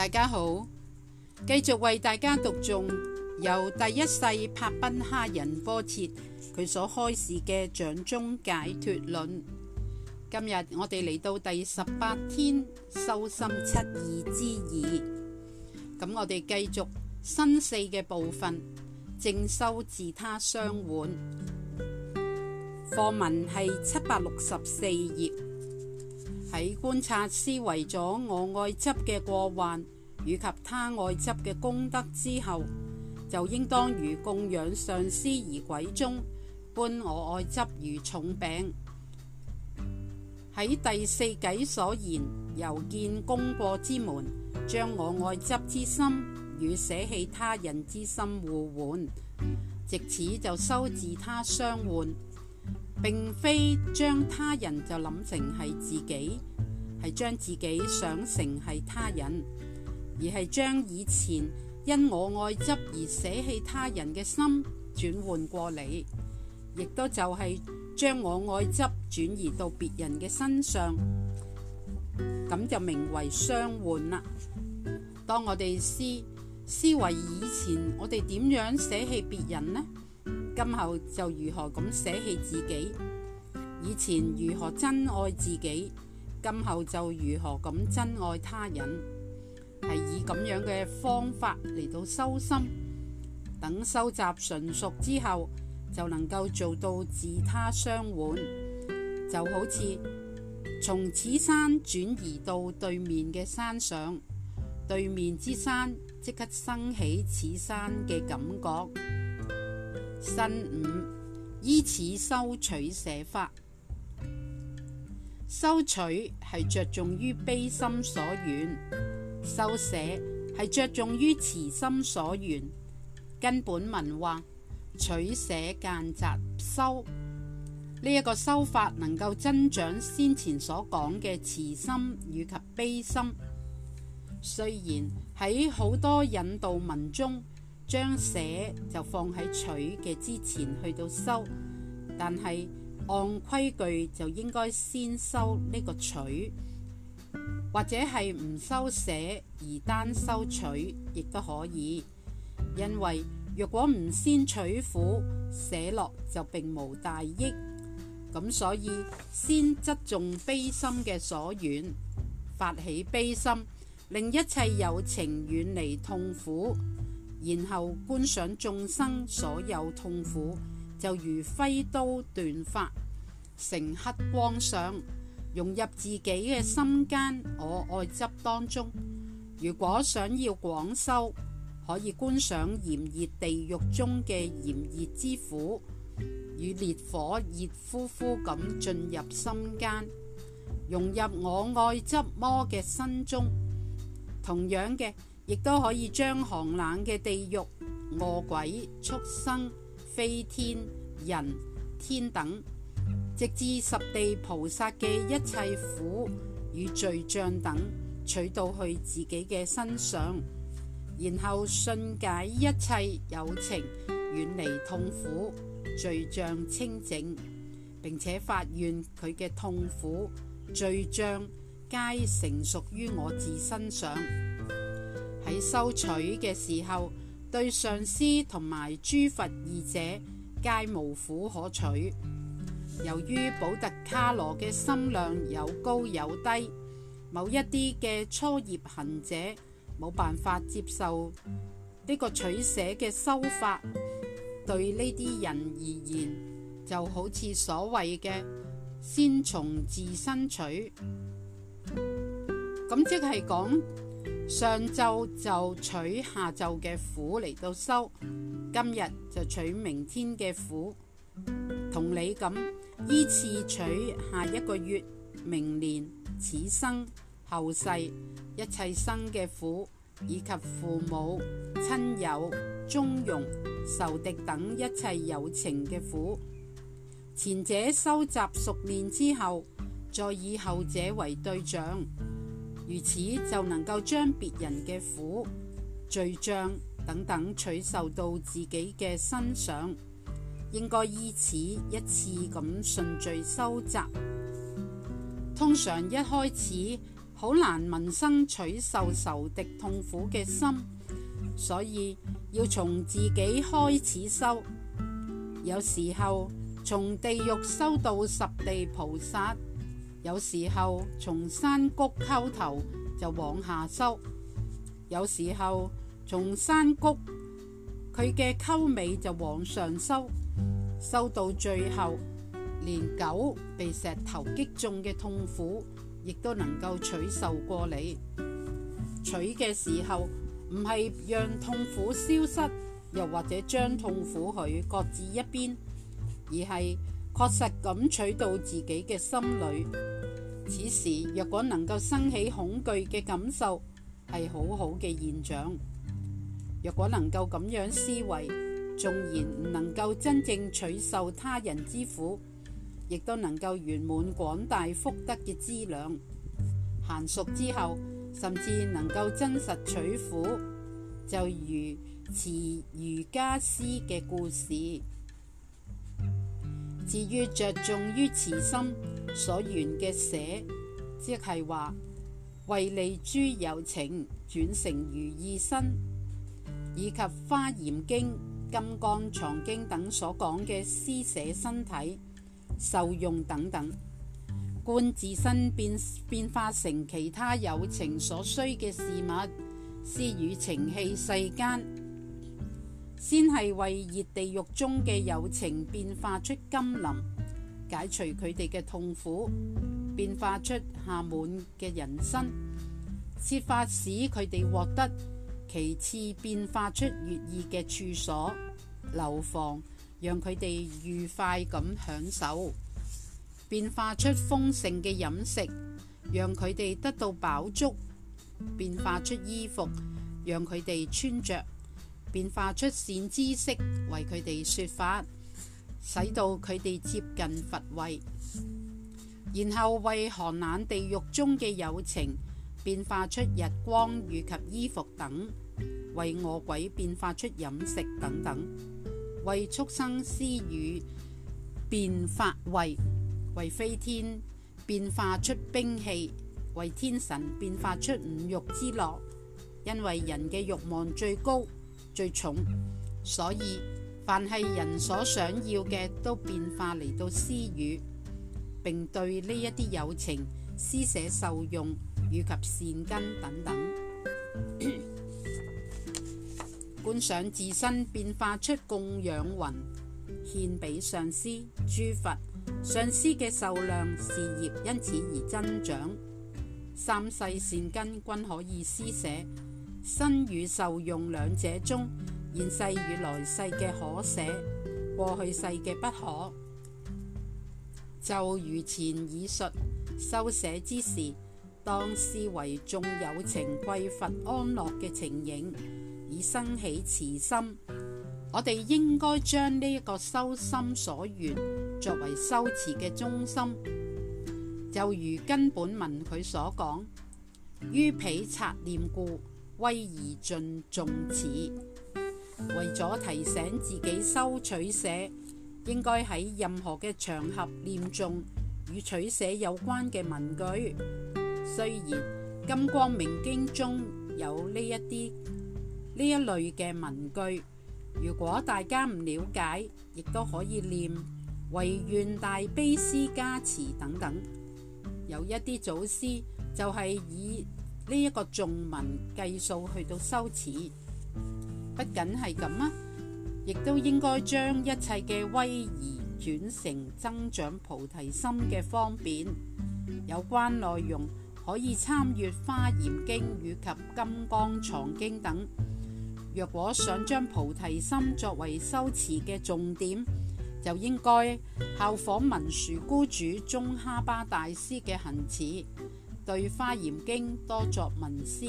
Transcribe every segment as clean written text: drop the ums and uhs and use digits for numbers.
大家好，繼續為大家讀誦由第一世帕賓哈仁波切佢所開示嘅掌中解脫論。今日我哋嚟到第18天修心七義之二，咁我哋繼續新四嘅部分，正修自他相換。課文係764頁。喺觀察思維咗我愛執嘅過患以及他愛執嘅功德之後，就應當如供養上師儀軌中般我愛執如重病。喺第四偈所言，由見功過之門，將我愛執之心與捨棄他人之心互換，藉此就修自他相換。並非將他人就諗成係自己，係將自己想成係他人，而係將以前因我愛執而捨棄他人嘅心轉換過嚟，亦都就係將我愛執轉移到別人嘅身上，咁就名為相換啦。當我哋思維以前我哋點樣捨棄別人呢？今後就如何咁捨棄自己？以前如何珍愛自己，今後就如何咁珍愛他人，係以咁樣嘅方法嚟到修心。等收集純熟之後，就能夠做到自他相換，就好似從此山轉移到對面嘅山上，對面之山即刻生起此山嘅感覺。新五，依此修取捨法。修取係着重於悲心所緣，修捨係着重於慈心所緣。根本文話取捨間雜修，呢一個修法能夠增長先前所講嘅慈心以及悲心。雖然喺好多引導文中將捨就放喺取嘅之前去到修，但係按規矩就應該先修呢個取，或者係唔修捨而單修取亦都可以。因為若果唔先取苦，捨樂就並無大益。咁所以先側重悲心嘅所願，發起悲心，令一切有情遠離痛苦，然後觀賞眾生所有痛苦，就如揮刀斷髮，成黑光相，融入自己嘅心間我愛執當中。如果想要廣修，可以觀賞炎熱地獄中嘅炎熱之苦，與烈火熱乎乎咁進入心間，融入我愛執魔嘅身中。同樣嘅，亦都可以將寒冷嘅地獄、餓鬼、畜生、飛天、人、天等，直至十地菩薩嘅一切苦與罪障等，取到去自己嘅身上，然後順解一切有情，遠離痛苦、罪障清淨，並且發願佢嘅痛苦、罪障皆成屬於我自身上。喺修取嘅時候，對上師同埋諸佛二者皆無苦可取。由於補特伽羅嘅心量有高有低，某一啲嘅初業行者冇辦法接受呢個取捨嘅修法，對呢啲人而言，就好似所謂嘅先從自身取，咁即係講上晝就取下晝嘅苦嚟到修，今日就取明天嘅苦。同理咁，依次取下一個月、明年、此生、後世一切生嘅苦，以及父母、親友、中庸、仇敵等一切有情嘅苦。前者收集熟練之後，再以後者為對象，如此就能夠將別人嘅苦、罪障等等取受到自己嘅身上。應該依此一次咁順序收集。通常一開始好難萌生取受仇敵痛苦嘅心，所以要從自己開始修。有時候從地獄修到十地菩薩，有時候從山谷溝頭就往下修，有時候從山谷佢嘅溝尾就往上修，修到最後，連狗被石頭擊中嘅痛苦亦都能夠取受過嚟。取嘅時候唔係讓痛苦消失，又或者將痛苦去擱置一邊，而係確實咁取到自己嘅心裏。此時若果能夠生起恐懼嘅感受，係好好嘅現象。若果能夠咁樣思維，縱然唔能夠真正取受他人之苦，亦都能夠圓滿廣大福德嘅資糧。嫻熟之後，甚至能夠真實取苦，就如慈瑜伽師嘅故事。至於着重於慈心所緣嘅捨，即係話為利諸有情轉成如意身，以及《華嚴經》、《金剛藏經》等所講嘅施捨身體、受用等等，觀自身變化成其他有情所需嘅事物，施予情器世間，先係為熱地獄中嘅有情變化出甘霖，解除佢哋嘅痛苦，變化出暇滿嘅人生，設法使佢哋獲得；其次變化出悅意嘅處所樓房，讓佢哋愉快咁享受；變化出豐盛嘅飲食，讓佢哋得到飽足；變化出衣服，讓佢哋穿着；變化出善知識，為佢哋說法，使到佢哋接近佛位；然後為寒冷地獄中嘅有情變化出日光與及衣服等，為餓鬼變化出飲食等等，為畜生施予變法位，為飛天變化出兵器，為天神變化出五欲之樂。因為人嘅慾望最高最重，所以凡係人所想要嘅都變化嚟到施予，並對呢一啲有情施捨受用以及善根等等。觀想自身變化出供養雲，獻俾上師諸佛，上師嘅壽量事業因此而增長。三世善根均可以施捨，身與受用兩者中，現世與來世嘅可捨，過去世嘅不可。就如前已述，修捨之時，當思惟眾有情歸佛安樂嘅情形，以生起慈心。我哋應該將呢一個修心所緣作為修持嘅中心。就如根本文佢所講，於彼察念故，威儀盡重持。為咗提醒自己修取捨，應該喺任何嘅場合念誦與取捨有關嘅文句。雖然《金光明經》中有呢一類嘅文句，如果大家唔了解，亦都可以念唯願大悲師加持等等。有一啲祖師就係以呢一個頌文計數去到修持。不僅係咁啊，亦都應該將一切嘅威儀轉成增長菩提心嘅方便。有關內容可以參閱《華嚴經》與及《金剛藏經》等。若果想將菩提心作為修持嘅重點，就應該效仿文殊怙主宗喀巴大師嘅行持，對《華嚴經》多作聞思。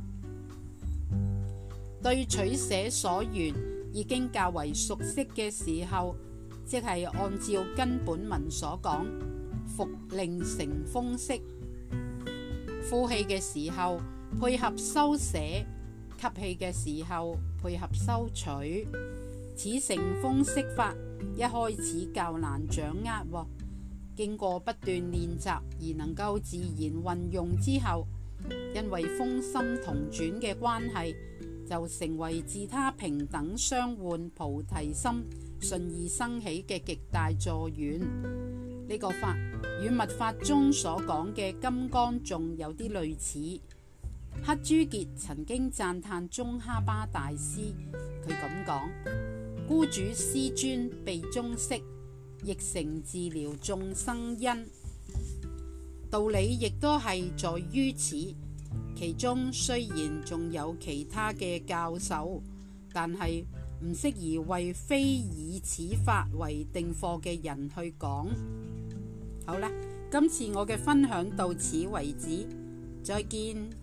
對取捨所緣已經較為熟悉嘅時候，即係按照根本文所講，復令成風息。呼氣嘅時候配合收捨，吸氣嘅時候配合收取。此成風息法一開始較難掌握，經過不斷練習而能夠自然運用之後， 因為風心同轉嘅關係，就成為自他平等相換菩提心順而生起嘅極大助緣。呢個法與密法中所講嘅金剛頌有啲類似。黑珠傑曾經讚歎宗喀巴大師，佢咁講：怙主師尊被中釋，亦成治療眾生因。道理亦都係在於此，其中雖然仲有其他嘅教授，但係唔適宜為非以此法為定課嘅人去講。好啦，今次我嘅分享到此為止，再見。